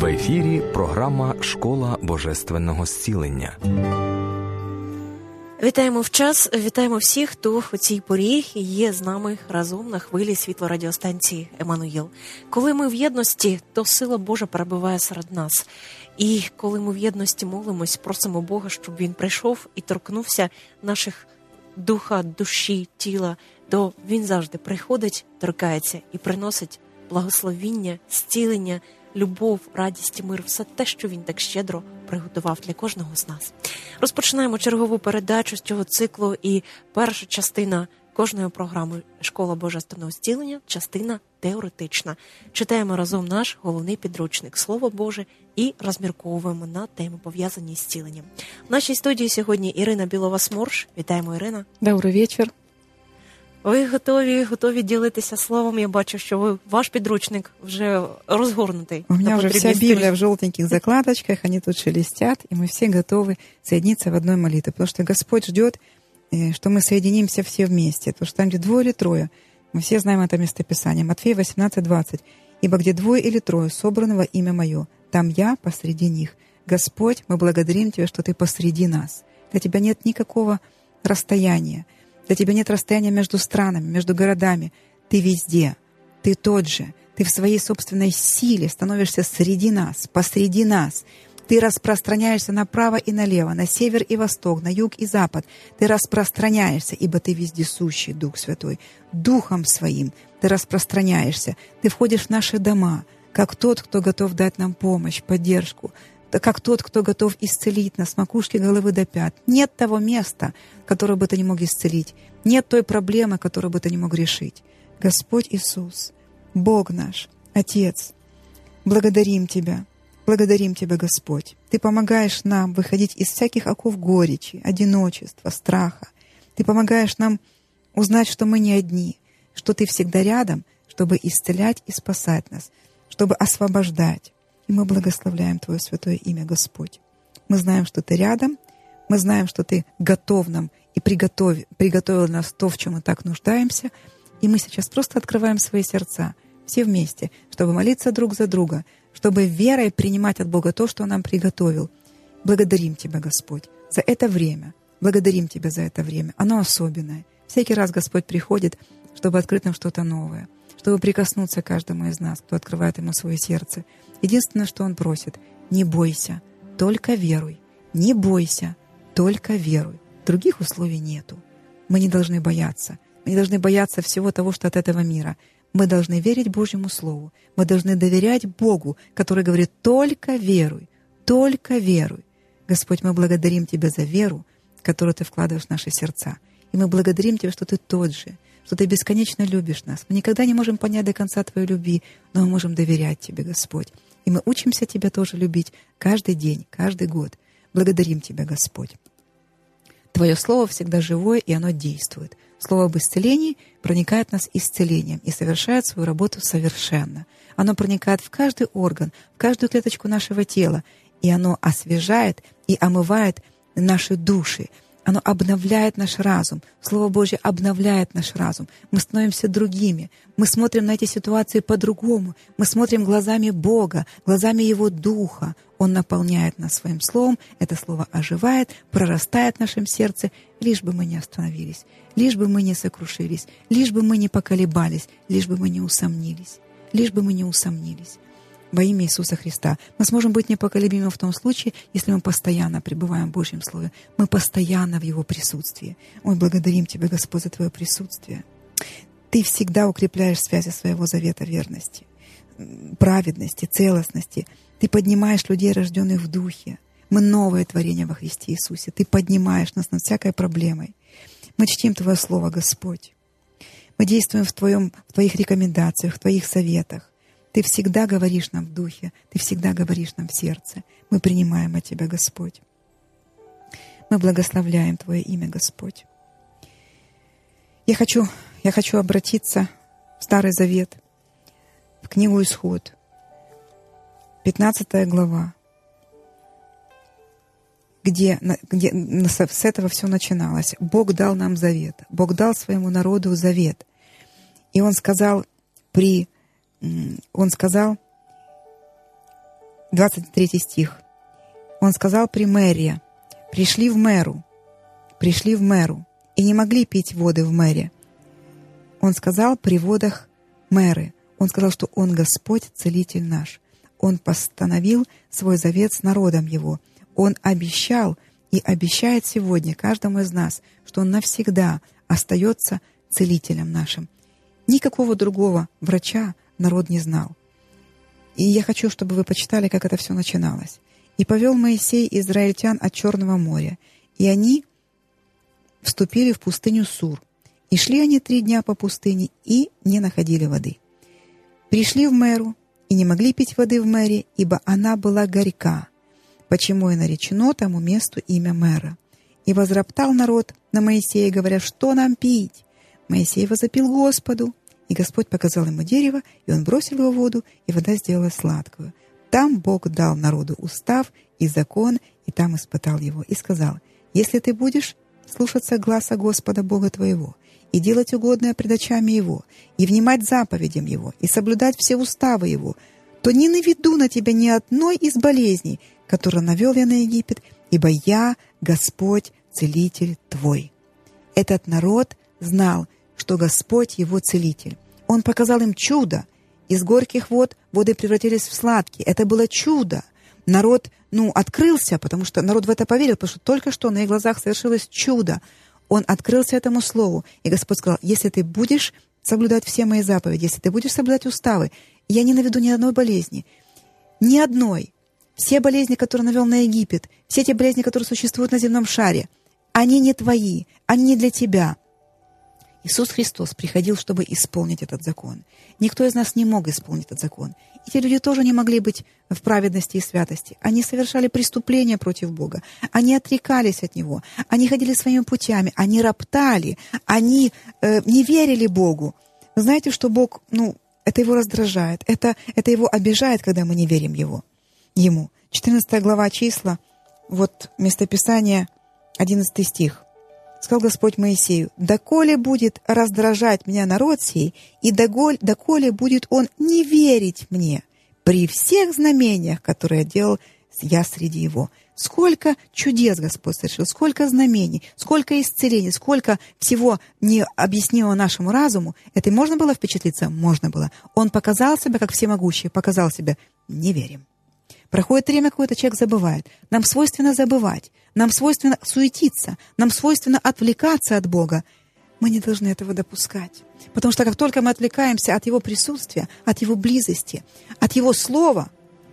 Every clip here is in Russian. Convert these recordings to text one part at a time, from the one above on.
В ефірі програма «Школа Божественного зцілення». Вітаємо в час, вітаємо всіх, хто у цій порі є з нами разом на хвилі світлорадіостанції «Еммануїл». Коли ми в єдності, то сила Божа перебуває серед нас. І коли ми в єдності молимось, просимо Бога, щоб Він прийшов і торкнувся наших духа, душі, тіла, то Він завжди приходить, торкається і приносить благословіння, зцілення, любов, радість і мир, все те, що Він так щедро приготував для кожного з нас. Розпочинаємо чергову передачу з цього циклу, і перша частина кожної програми «Школа Божественного зцілення» – частина теоретична. Читаємо разом наш головний підручник «Слово Боже» і розмірковуємо на теми, пов'язані з зціленням. В нашій студії сьогодні Ірина Білова-Сморш. Вітаємо, Ірина. Добрий вечір. Ви готові ділитися словом? Я бачу, що ваш підручник вже розгорнутий. У меня уже вся Библия в желтеньких закладочках, они тут шелестят, и мы все готовы соединиться в одной молитве, потому что Господь ждет, что мы соединимся все вместе, потому что там, где двое или трое, мы все знаем это местописание, Матфея 18:20, «Ибо где двое или трое собраны во имя Мое, там Я посреди них. Господь, мы благодарим Тебя, что Ты посреди нас. Для Тебя нет никакого расстояния, для Тебя нет расстояния между странами, между городами. Ты везде, Ты тот же. Ты в своей собственной силе становишься среди нас, посреди нас. Ты распространяешься направо и налево, на север и восток, на юг и запад. Ты распространяешься, ибо Ты вездесущий, Дух Святой. Духом Своим Ты распространяешься. Ты входишь в наши дома, как тот, кто готов дать нам помощь, поддержку, как тот, кто готов исцелить нас с макушки головы до пят. Нет того места, которое бы Ты не мог исцелить. Нет той проблемы, которую бы Ты не мог решить. Господь Иисус, Бог наш, Отец, благодарим Тебя, Господь. Ты помогаешь нам выходить из всяких оков горечи, одиночества, страха. Ты помогаешь нам узнать, что мы не одни, что Ты всегда рядом, чтобы исцелять и спасать нас, чтобы освобождать. И мы благословляем Твое святое имя, Господь. Мы знаем, что Ты рядом, мы знаем, что Ты готов нам и приготовил нас то, в чем мы так нуждаемся. И мы сейчас просто открываем свои сердца, все вместе, чтобы молиться друг за друга, чтобы верой принимать от Бога то, что Он нам приготовил. Благодарим Тебя, Господь, за это время. Благодарим Тебя за это время. Оно особенное. Всякий раз Господь приходит, чтобы открыть нам что-то новое, чтобы прикоснуться к каждому из нас, кто открывает Ему свое сердце. Единственное, что Он просит — не бойся, только веруй. Не бойся, только веруй. Других условий нету. Мы не должны бояться. Мы не должны бояться всего того, что от этого мира. Мы должны верить Божьему Слову. Мы должны доверять Богу, который говорит: «Только веруй, только веруй». Господь, мы благодарим Тебя за веру, которую Ты вкладываешь в наши сердца. И мы благодарим Тебя, что Ты тот же, что Ты бесконечно любишь нас. Мы никогда не можем понять до конца Твоей любви, но мы можем доверять Тебе, Господь. И мы учимся Тебя тоже любить каждый день, каждый год. Благодарим Тебя, Господь. Твое Слово всегда живое, и оно действует. Слово об исцелении проникает в нас исцелением и совершает свою работу совершенно. Оно проникает в каждый орган, в каждую клеточку нашего тела, и оно освежает и омывает наши души. Оно обновляет наш разум. Слово Божье обновляет наш разум. Мы становимся другими. Мы смотрим на эти ситуации по-другому. Мы смотрим глазами Бога, глазами Его Духа. Он наполняет нас Своим Словом. Это Слово оживает, прорастает в нашем сердце, лишь бы мы не остановились, лишь бы мы не сокрушились, лишь бы мы не поколебались, лишь бы мы не усомнились, лишь бы мы не усомнились. Во имя Иисуса Христа. Мы сможем быть непоколебимы в том случае, если мы постоянно пребываем в Божьем Слове. Мы постоянно в Его присутствии. Ой, благодарим Тебя, Господь, за Твое присутствие. Ты всегда укрепляешь связи своего завета верности, праведности, целостности. Ты поднимаешь людей, рожденных в Духе. Мы новое творение во Христе Иисусе. Ты поднимаешь нас над всякой проблемой. Мы чтим Твое Слово, Господь. Мы действуем в Твоих рекомендациях, в Твоих советах. Ты всегда говоришь нам в духе, Ты всегда говоришь нам в сердце. Мы принимаем от Тебя, Господь. Мы благословляем Твое имя, Господь. Я хочу обратиться в Старый Завет, в книгу Исход, 15 глава, где с этого все начиналось. Бог дал нам завет. Бог дал своему народу завет. И Он сказал, 23 стих. Он сказал при мэре: пришли в мэру, и не могли пить воды в мэре. Он сказал при водах мэры. Он сказал, что Он Господь, Целитель наш. Он постановил свой завет с народом Его. Он обещал и обещает сегодня каждому из нас, что Он навсегда остается Целителем нашим. Никакого другого врача народ не знал. И я хочу, чтобы вы почитали, как это все начиналось. «И повел Моисей израильтян от Черного моря, и они вступили в пустыню Сур. И шли они 3 дня по пустыне, и не находили воды. Пришли в мэру, и не могли пить воды в мэре, ибо она была горька, почему и наречено тому месту имя мэра. И возроптал народ на Моисея, говоря: что нам пить? Моисей возопил Господу, и Господь показал ему дерево, и он бросил его в воду, и вода сделалась сладкую. Там Бог дал народу устав и закон, и там испытал его, и сказал: если ты будешь слушаться гласа Господа Бога твоего, и делать угодное пред очами Его, и внимать заповедям Его, и соблюдать все уставы Его, то не наведу на тебя ни одной из болезней, которые навел я на Египет, ибо я Господь, Целитель твой». Этот народ знал, что Господь его Целитель. Он показал им чудо. Из горьких вод воды превратились в сладкие. Это было чудо. Народ, открылся, потому что народ в это поверил, потому что только что на их глазах совершилось чудо. Он открылся этому слову. И Господь сказал: если ты будешь соблюдать все мои заповеди, если ты будешь соблюдать уставы, я не наведу ни одной болезни. Ни одной. Все болезни, которые навел на Египет, все те болезни, которые существуют на земном шаре, они не твои, они не для тебя. Иисус Христос приходил, чтобы исполнить этот закон. Никто из нас не мог исполнить этот закон. И те люди тоже не могли быть в праведности и святости. Они совершали преступления против Бога. Они отрекались от Него. Они ходили своими путями. Они роптали. Они не верили Богу. Вы знаете, что Бог, это Его раздражает. Это Его обижает, когда мы не верим Ему. 14 глава Числа, местописание, 11 стих. Сказал Господь Моисею: «Доколе будет раздражать меня народ сей, и доколе будет он не верить мне при всех знамениях, которые делал я среди его». Сколько чудес Господь совершил, сколько знамений, сколько исцелений, сколько всего необъяснимого нашему разуму. Это можно было впечатлиться? Можно было. Он показал себя как всемогущий, показал себя. Не верим. Проходит время, какое-то человек забывает. Нам свойственно забывать, нам свойственно суетиться, нам свойственно отвлекаться от Бога. Мы не должны этого допускать. Потому что как только мы отвлекаемся от Его присутствия, от Его близости, от Его слова,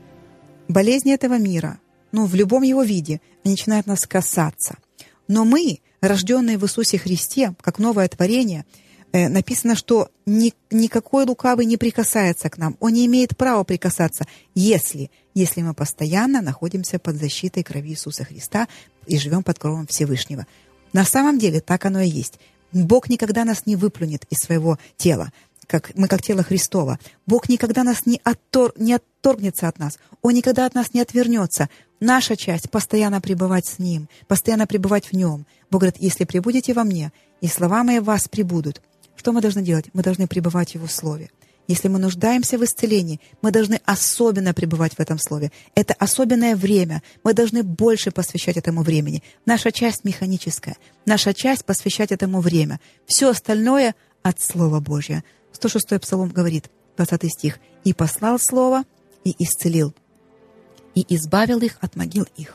болезни этого мира, в любом его виде, они начинают нас касаться. Но мы, рожденные в Иисусе Христе, как новое творение, написано, что никакой лукавый не прикасается к нам. Он не имеет права прикасаться, если мы постоянно находимся под защитой крови Иисуса Христа и живем под кровом Всевышнего. На самом деле так оно и есть. Бог никогда нас не выплюнет из своего тела, мы как тело Христово. Бог никогда нас не отторгнется от нас. Он никогда от нас не отвернется. Наша часть — постоянно пребывать с Ним, постоянно пребывать в Нем. Бог говорит: если пребудете во мне, и слова мои в вас пребудут. Что мы должны делать? Мы должны пребывать в Его Слове. Если мы нуждаемся в исцелении, мы должны особенно пребывать в этом Слове. Это особенное время. Мы должны больше посвящать этому времени. Наша часть механическая. Наша часть — посвящать этому время. Все остальное — от Слова Божьего. 106-й Псалом говорит, 20 стих: «И послал Слово, и исцелил, и избавил их от могил их».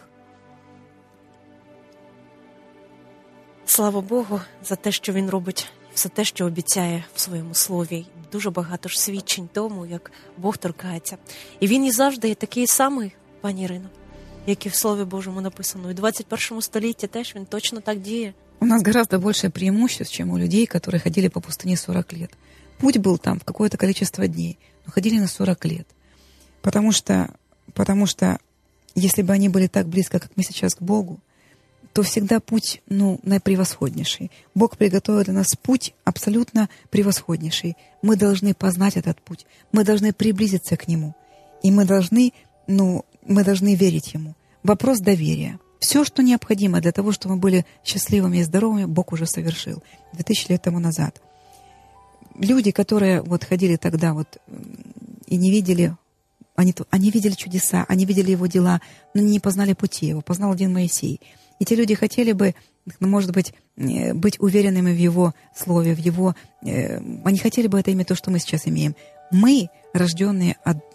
Слава Богу за те, що Він робить, все те, що обіцяє в своєму слові. Дуже багато ж свідчень тому, як Бог торкається. І Він і завжди є такий самий, пані Ірино, як і в Слові Божому написано. І в 21 столітті теж Він точно так діє. У нас гораздо больше преимуществ, чем у людей, которые ходили по пустыне 40 лет. Путь был там в какое-то количество дней, но ходили на 40 лет. Потому что если бы они были так близко, как мы сейчас к Богу, то всегда путь, наипревосходнейший. Бог приготовил для нас путь абсолютно превосходнейший. Мы должны познать этот путь, мы должны приблизиться к Нему, и мы должны верить Ему. Вопрос доверия. Все, что необходимо для того, чтобы мы были счастливыми и здоровыми, Бог уже совершил 2000 лет тому назад. Люди, которые ходили тогда и не видели они видели чудеса, они видели его дела, но не познали пути его, познал один Моисей. И те люди хотели бы, может быть уверенными в его слове, они хотели бы это иметь то, что мы сейчас имеем. Мы, рожденные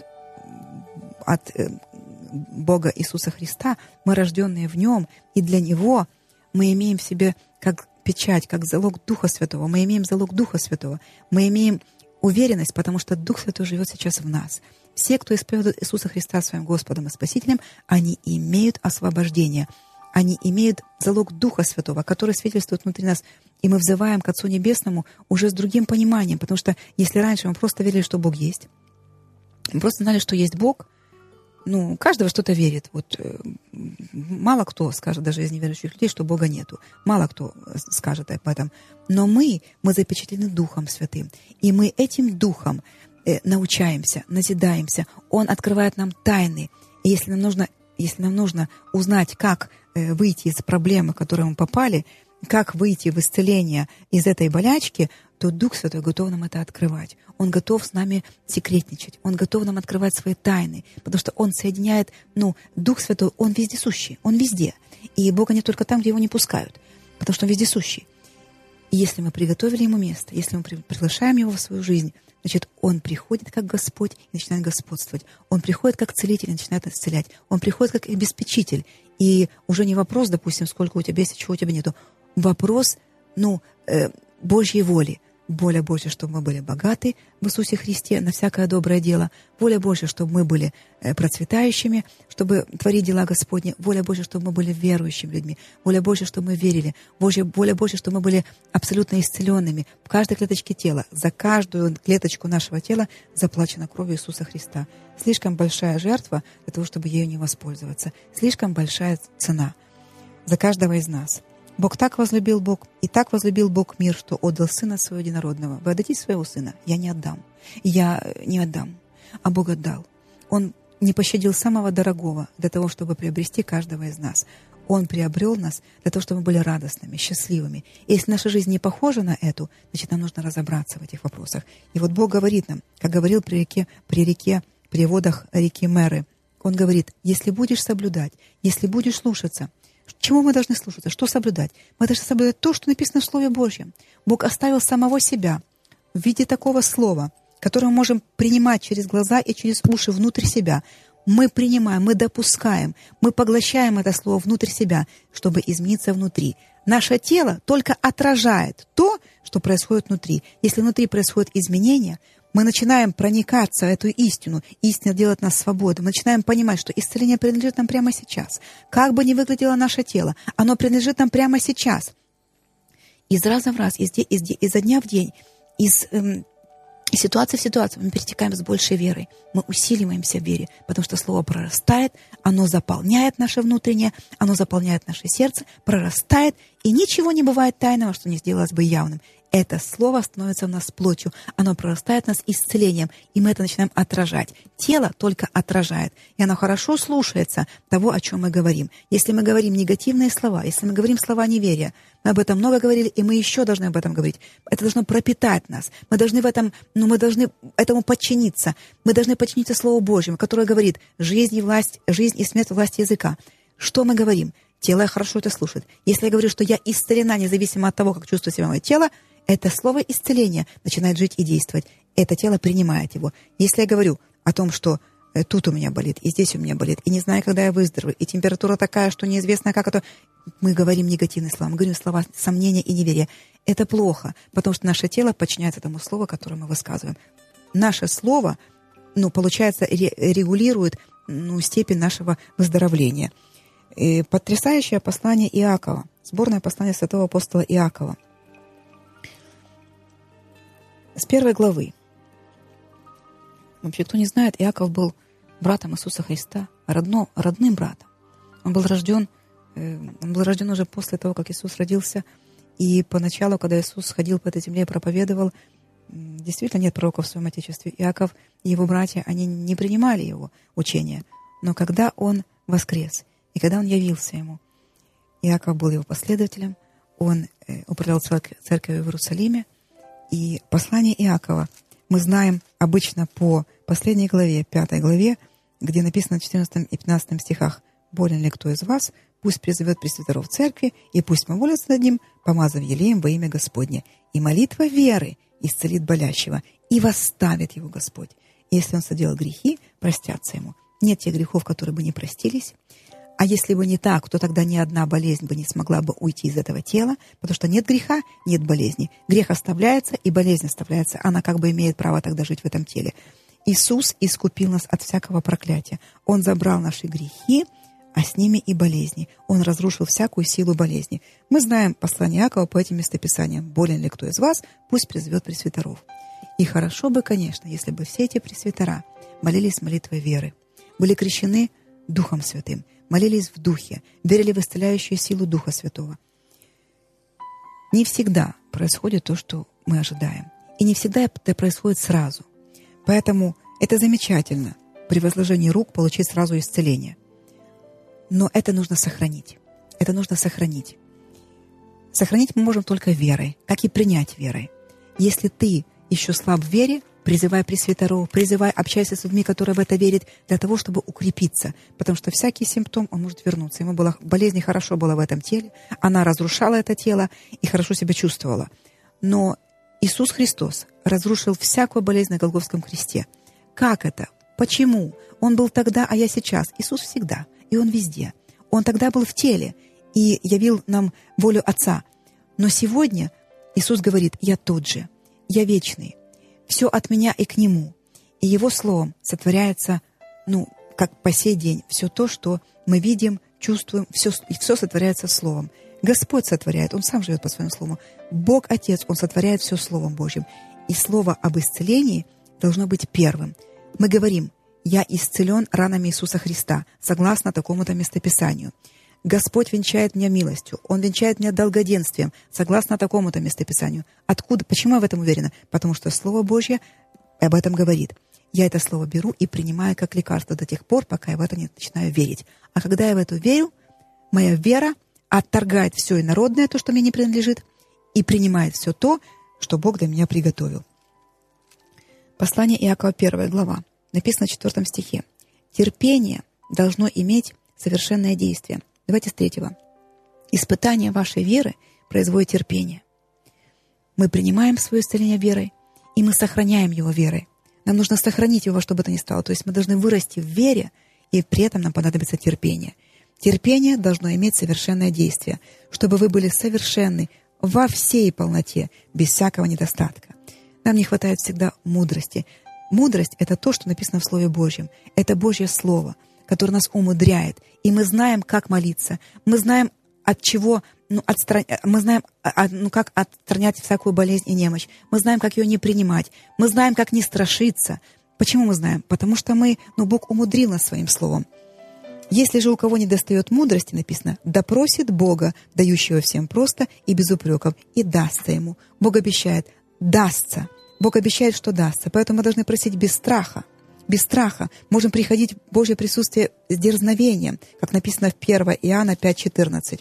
от Бога Иисуса Христа, мы рожденные в Нем, и для Него мы имеем в себе как печать, как залог Духа Святого. Мы имеем залог Духа Святого. Мы имеем уверенность, потому что Дух Святой живет сейчас в нас. Все, кто исповедует Иисуса Христа своим Господом и Спасителем, они имеют освобождение. Они имеют залог Духа Святого, который свидетельствует внутри нас. И мы взываем к Отцу Небесному уже с другим пониманием. Потому что если раньше мы просто верили, что Бог есть, мы просто знали, что есть Бог, каждого что-то верит. Мало кто скажет, даже из неверующих людей, что Бога нету. Мало кто скажет об этом. Но мы запечатлены Духом Святым. И мы этим Духом научаемся, назидаемся. Он открывает нам тайны. И если нам нужно узнать, как выйти из проблемы, в которую мы попали, как выйти в исцеление из этой болячки, то Дух Святой готов нам это открывать. Он готов с нами секретничать. Он готов нам открывать свои тайны. Потому что Он соединяет, Дух Святой, Он вездесущий. Он везде. И Бога нет только там, где Его не пускают. Потому что Он вездесущий. И если мы приготовили Ему место, если мы приглашаем Его в свою жизнь, значит, Он приходит как Господь и начинает господствовать. Он приходит как целитель и начинает исцелять. Он приходит как обеспечитель. И уже не вопрос, допустим, сколько у тебя есть и чего у тебя нету. Вопрос, Божьей воли. Воля Божья, чтобы мы были богаты в Иисусе Христе на всякое доброе дело. Воля Божья, чтобы мы были процветающими, чтобы творить дела Господни. Воля Божья, чтобы мы были верующими людьми. Воля Божья, чтобы мы верили. Воля Божья, чтобы мы были абсолютно исцеленными. В каждой клеточке тела, за каждую клеточку нашего тела заплачена кровью Иисуса Христа. Слишком большая жертва для того, чтобы ею не воспользоваться. Слишком большая цена за каждого из нас. Бог так возлюбил Бог мир, что отдал Сына Своего Единородного. Вы отдадите Своего Сына? Я не отдам. А Бог отдал. Он не пощадил самого дорогого для того, чтобы приобрести каждого из нас. Он приобрел нас для того, чтобы мы были радостными, счастливыми. И если наша жизнь не похожа на эту, значит, нам нужно разобраться в этих вопросах. И вот Бог говорит нам, как говорил при водах реки Меры, Он говорит: если будешь соблюдать, если будешь слушаться. Чему мы должны слушаться? Что соблюдать? Мы должны соблюдать то, что написано в Слове Божьем. Бог оставил самого себя в виде такого слова, которое мы можем принимать через глаза и через уши внутрь себя. Мы принимаем, мы допускаем, мы поглощаем это слово внутрь себя, чтобы измениться внутри. Наше тело только отражает то, что происходит внутри. Если внутри происходят изменения, мы начинаем проникаться в эту истину. Истина делает нас свободными. Мы начинаем понимать, что исцеление принадлежит нам прямо сейчас. Как бы ни выглядело наше тело, оно принадлежит нам прямо сейчас. Из раза в раз, изо дня в день, из ситуации в ситуацию мы перетекаем с большей верой. Мы усиливаемся в вере, потому что Слово прорастает, оно заполняет наше внутреннее, оно заполняет наше сердце, прорастает, и ничего не бывает тайного, что не сделалось бы явным. Это Слово становится в нас плотью, оно прорастает в нас исцелением, и мы это начинаем отражать. Тело только отражает, и оно хорошо слушается того, о чем мы говорим. Если мы говорим негативные слова, если мы говорим слова неверия, мы об этом много говорили, и мы еще должны об этом говорить. Это должно пропитать нас. Мы должны мы должны этому подчиниться. Мы должны подчиниться Слову Божьему, которое говорит: жизнь и смерть в власти языка. Что мы говорим? Тело хорошо это слушает. Если я говорю, что я исцелена, независимо от того, как чувствует себя мое тело, это слово исцеления начинает жить и действовать. Это тело принимает его. Если я говорю о том, что тут у меня болит, и здесь у меня болит, и не знаю, когда я выздоровлю, и температура такая, что неизвестно, как это... Мы говорим негативные слова, мы говорим слова сомнения и неверия. Это плохо, потому что наше тело подчиняется тому слову, которое мы высказываем. Наше слово, получается, регулирует степень нашего выздоровления. И потрясающее послание Иакова, сборное послание святого апостола Иакова. С 1 главы. Вообще, кто не знает, Иаков был братом Иисуса Христа, родным братом. Он был рожден уже после того, как Иисус родился. И поначалу, когда Иисус ходил по этой земле и проповедовал, действительно нет пророков в своем Отечестве. Иаков и его братья, они не принимали его учения. Но когда он воскрес, и когда он явился ему, Иаков был его последователем, он управлял церковью в Иерусалиме. И послание Иакова мы знаем обычно по последней главе, 5 главе, где написано в 14 и 15 стихах: «Болен ли кто из вас, пусть призовет пресвитеров церкви, и пусть помолятся над ним, помазав елеем во имя Господне. И молитва веры исцелит болящего, и восставит его Господь. И если он соделал грехи, простятся ему». Нет тех грехов, которые бы не простились. А если бы не так, то тогда ни одна болезнь бы не смогла бы уйти из этого тела, потому что нет греха, нет болезни. Грех оставляется, и болезнь оставляется. Она как бы имеет право тогда жить в этом теле. Иисус искупил нас от всякого проклятия. Он забрал наши грехи, а с ними и болезни. Он разрушил всякую силу болезни. Мы знаем послание Иакова по этим местописаниям. «Болен ли кто из вас, пусть призовет пресвитеров». И хорошо бы, конечно, если бы все эти пресвитера молились молитвой веры, были крещены Духом Святым, молились в Духе, верили в исцеляющую силу Духа Святого. Не всегда происходит то, что мы ожидаем. И не всегда это происходит сразу. Поэтому это замечательно при возложении рук получить сразу исцеление. Но это нужно сохранить. Это нужно сохранить. Сохранить мы можем только верой, как и принять верой. Если ты еще слаб в вере, призывай пресвитеров, призывай, общайся с людьми, которые в это верят, для того, чтобы укрепиться. Потому что всякий симптом, он может вернуться. Ему болезнь хорошо была в этом теле, она разрушала это тело и хорошо себя чувствовала. Но Иисус Христос разрушил всякую болезнь на Голгофском кресте. Как это? Почему? Он был тогда, а я сейчас. Иисус всегда, и Он везде. Он тогда был в теле и явил нам волю Отца. Но сегодня Иисус говорит: «Я тот же, я вечный, все от Меня и к Нему». И Его Словом сотворяется, как по сей день, все то, что мы видим, чувствуем, все сотворяется Словом. Господь сотворяет, Он сам живет по Своему Слову. Бог Отец, Он сотворяет все Словом Божьим. И Слово об исцелении должно быть первым. Мы говорим: «Я исцелен ранами Иисуса Христа», согласно такому-то местописанию. Господь венчает меня милостью, Он венчает меня долгоденствием, согласно такому-то местописанию. Откуда? Почему я в этом уверена? Потому что Слово Божье об этом говорит. Я это Слово беру и принимаю как лекарство до тех пор, пока я в это не начинаю верить. А когда я в это верю, моя вера отторгает все инородное, то, что мне не принадлежит, и принимает все то, что Бог для меня приготовил. Послание Иакова, 1 глава, написано в 4 стихе. «Терпение должно иметь совершенное действие». Давайте с 3. «Испытание вашей веры производит терпение». Мы принимаем свое исцеление верой, и мы сохраняем его верой. Нам нужно сохранить его, чтобы это ни стало. То есть мы должны вырасти в вере, и при этом нам понадобится терпение. Терпение должно иметь совершенное действие, чтобы вы были совершенны во всей полноте, без всякого недостатка. Нам не хватает всегда мудрости. Мудрость — это то, что написано в Слове Божьем. Это Божье Слово, которое нас умудряет. И мы знаем, как молиться. Мы знаем, от чего, мы знаем, как отстранять всякую болезнь и немощь. Мы знаем, как ее не принимать. Мы знаем, как не страшиться. Почему мы знаем? Потому что Бог умудрил нас Своим Словом. Если же у кого не достает мудрости, написано, да просит Бога, дающего всем просто и без упреков, и дастся ему. Бог обещает, дастся. Бог обещает, что дастся. Поэтому мы должны просить без страха. Без страха. Можем приходить в Божье присутствие с дерзновением, как написано в 1 Иоанна 5:14.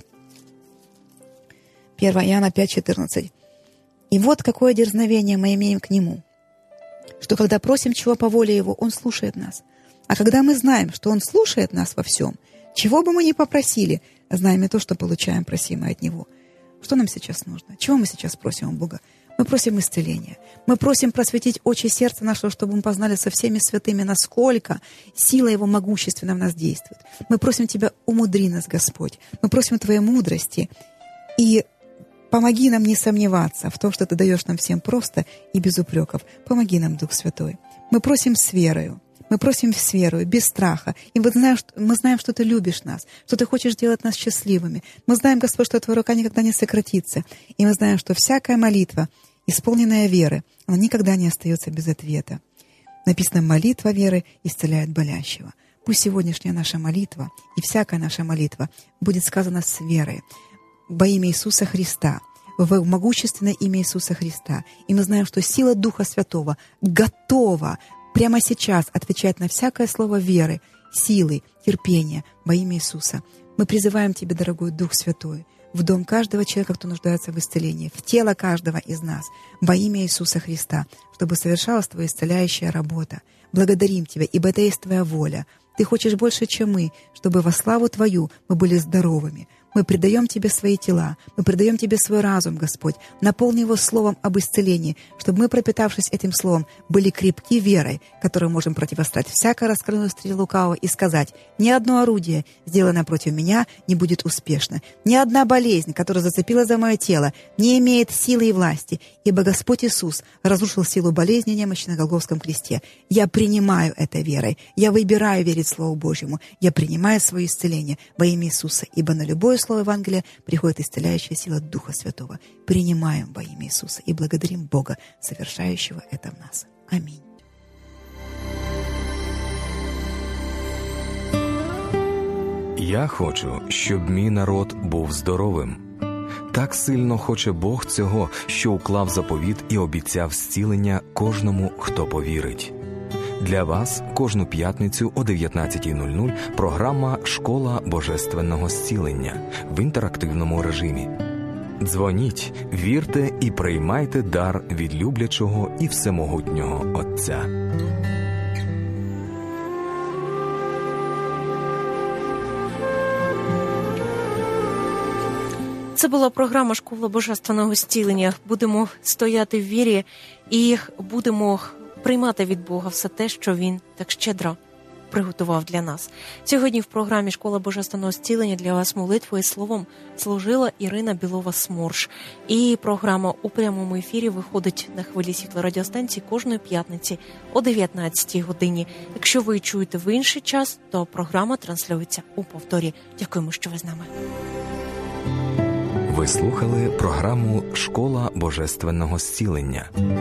1 Иоанна 5:14. «И вот какое дерзновение мы имеем к Нему, что когда просим чего по воле Его, Он слушает нас. А когда мы знаем, что Он слушает нас во всем, чего бы мы ни попросили, знаем и то, что получаем просимое от Него». Что нам сейчас нужно? Чего мы сейчас просим у Бога? Мы просим исцеления. Мы просим просветить очи сердца нашего, чтобы мы познали со всеми святыми, насколько сила Его могущественно в нас действует. Мы просим Тебя, умудри нас, Господь. Мы просим Твоей мудрости. И помоги нам не сомневаться в том, что Ты даешь нам всем просто и без упреков. Помоги нам, Дух Святой. Мы просим с верою. Мы просим с верою, без страха. И мы знаем, что Ты любишь нас, что Ты хочешь делать нас счастливыми. Мы знаем, Господь, что Твоя рука никогда не сократится. И мы знаем, что всякая молитва, исполненная веры, она никогда не остается без ответа. Написано: молитва веры исцеляет болящего. Пусть сегодняшняя наша молитва и всякая наша молитва будет сказана с верой во имя Иисуса Христа, в могущественное имя Иисуса Христа. И мы знаем, что сила Духа Святого готова прямо сейчас отвечать на всякое слово веры, силы, терпения во имя Иисуса. Мы призываем Тебя, дорогой Дух Святой, в дом каждого человека, кто нуждается в исцелении, в тело каждого из нас, во имя Иисуса Христа, чтобы совершалась Твоя исцеляющая работа. Благодарим Тебя, ибо это есть Твоя воля. Ты хочешь больше, чем мы, чтобы во славу Твою мы были здоровыми. Мы предаем Тебе свои тела, мы предаем Тебе свой разум, Господь. Наполни его словом об исцелении, чтобы мы, пропитавшись этим словом, были крепки верой, которой можем противостоять всякой раскрытой стреле лукавого и сказать: ни одно орудие, сделанное против меня, не будет успешно. Ни одна болезнь, которая зацепила за мое тело, не имеет силы и власти, ибо Господь Иисус разрушил силу болезни и немощи на Голгофском кресте. Я принимаю это верой. Я выбираю верить Слову Божьему. Я принимаю свое исцеление во имя Иисуса, ибо на любое слово Евангелия приходит исцеляющая сила Духа Святого. Принимаем во имя Иисуса и благодарим Бога, совершающего это в нас. Аминь. Я хочу, щоб мій народ був здоровим. Так сильно хоче Бог цього, що уклав заповіт і обіцяв зцілення кожному, хто повірить. Для вас кожну п'ятницю о 19:00 програма «Школа Божественного зцілення» в інтерактивному режимі. Дзвоніть, вірте і приймайте дар від люблячого і всемогутнього Отця. Це була програма «Школа Божественного зцілення». Будемо стояти в вірі і будемо приймати від Бога все те, що Він так щедро приготував для нас. Сьогодні в програмі «Школа Божественного зцілення» для вас молитвою і словом служила Ірина Білова-Сморш. І програма у прямому ефірі виходить на хвилі світлорадіостанції кожної п'ятниці о 19-й годині. Якщо ви чуєте в інший час, то програма транслюється у повторі. Дякуємо, що ви з нами. Ви слухали програму «Школа Божественного зцілення».